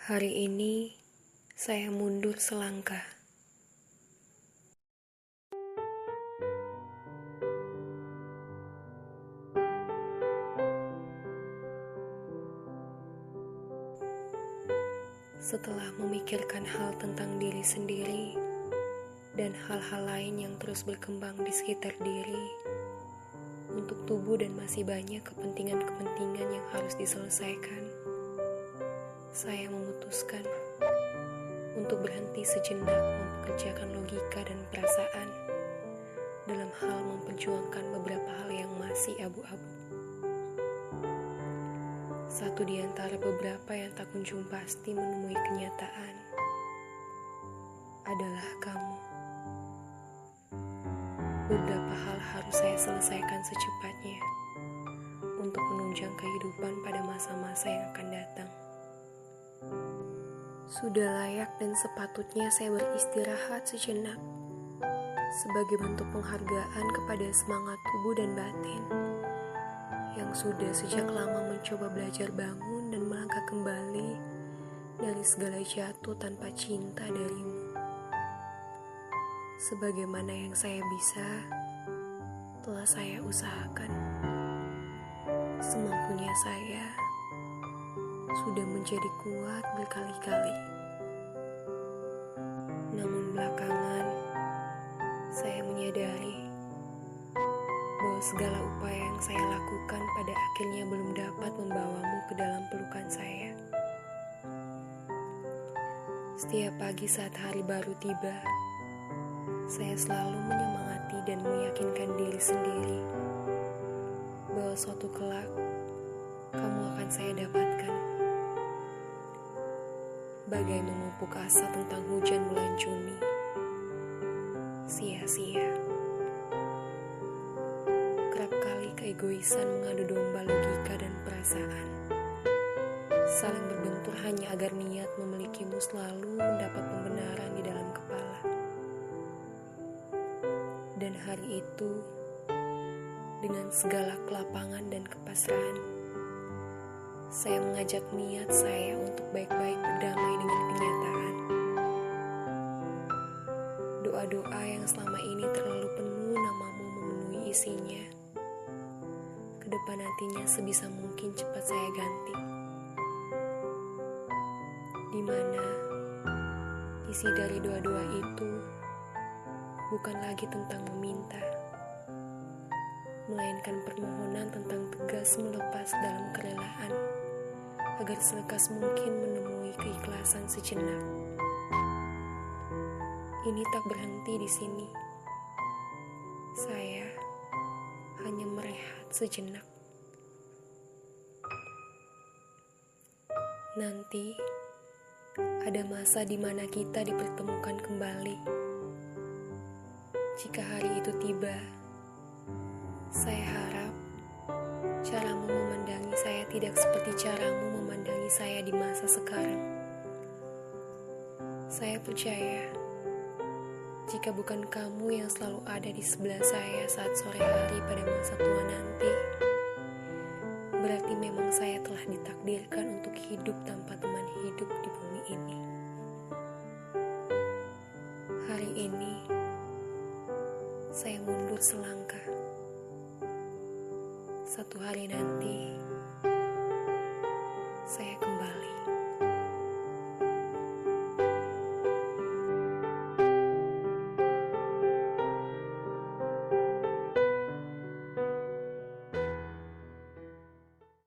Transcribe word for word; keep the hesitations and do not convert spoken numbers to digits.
Hari ini saya mundur selangkah. Setelah memikirkan hal tentang diri sendiri dan hal-hal lain yang terus berkembang di sekitar diri, untuk tubuh dan masih banyak kepentingan-kepentingan yang harus diselesaikan, saya memutuskan untuk berhenti sejenak mempekerjakan logika dan perasaan dalam hal memperjuangkan beberapa hal yang masih abu-abu. Satu di antara beberapa yang tak kunjung pasti menemui kenyataan adalah kamu. Beberapa hal harus saya selesaikan secepatnya untuk menunjang kehidupan pada masa-masa yang akan datang. Sudah layak dan sepatutnya saya beristirahat sejenak sebagai bentuk penghargaan kepada semangat tubuh dan batin yang sudah sejak lama mencoba belajar bangun dan melangkah kembali dari segala jatuh tanpa cinta darimu. Sebagaimana yang saya bisa, telah saya usahakan. Semampunya saya sudah menjadi kuat berkali-kali. Namun belakangan, saya menyadari bahwa segala upaya yang saya lakukan pada akhirnya belum dapat membawamu ke dalam pelukan saya. Setiap pagi saat hari baru tiba, saya selalu menyemangati dan meyakinkan diri sendiri bahwa suatu kelak kamu akan saya dapatkan. Bagai memupuk asa tentang hujan bulan Juni, sia-sia. Kerap kali keegoisan mengadu domba logika dan perasaan, saling berbentur hanya agar niat memilikimu selalu mendapat pembenaran di dalam kepala. Dan hari itu, dengan segala kelapangan dan kepasrahan, saya mengajak niat saya untuk baik-baik berdamai dengan kenyataan. Doa-doa yang selama ini terlalu penuh namamu memenuhi isinya, kedepan nantinya sebisa mungkin cepat saya ganti. Di mana isi dari doa-doa itu bukan lagi tentang meminta, melainkan permohonan tentang tegas melepas dalam kerelaan agar selekas mungkin menemui keikhlasan sejenak. Ini tak berhenti di sini. Saya hanya merehat sejenak. Nanti ada masa di mana kita dipertemukan kembali. Jika hari itu tiba, saya harap caramu memandangi saya tidak seperti caramu memandangi saya di masa sekarang. Saya percaya, jika bukan kamu yang selalu ada di sebelah saya saat sore hari pada masa tua nanti, berarti memang saya telah ditakdirkan untuk hidup tanpa teman hidup di bumi ini. Hari ini, saya mundur selangkah. Satu hari nanti, saya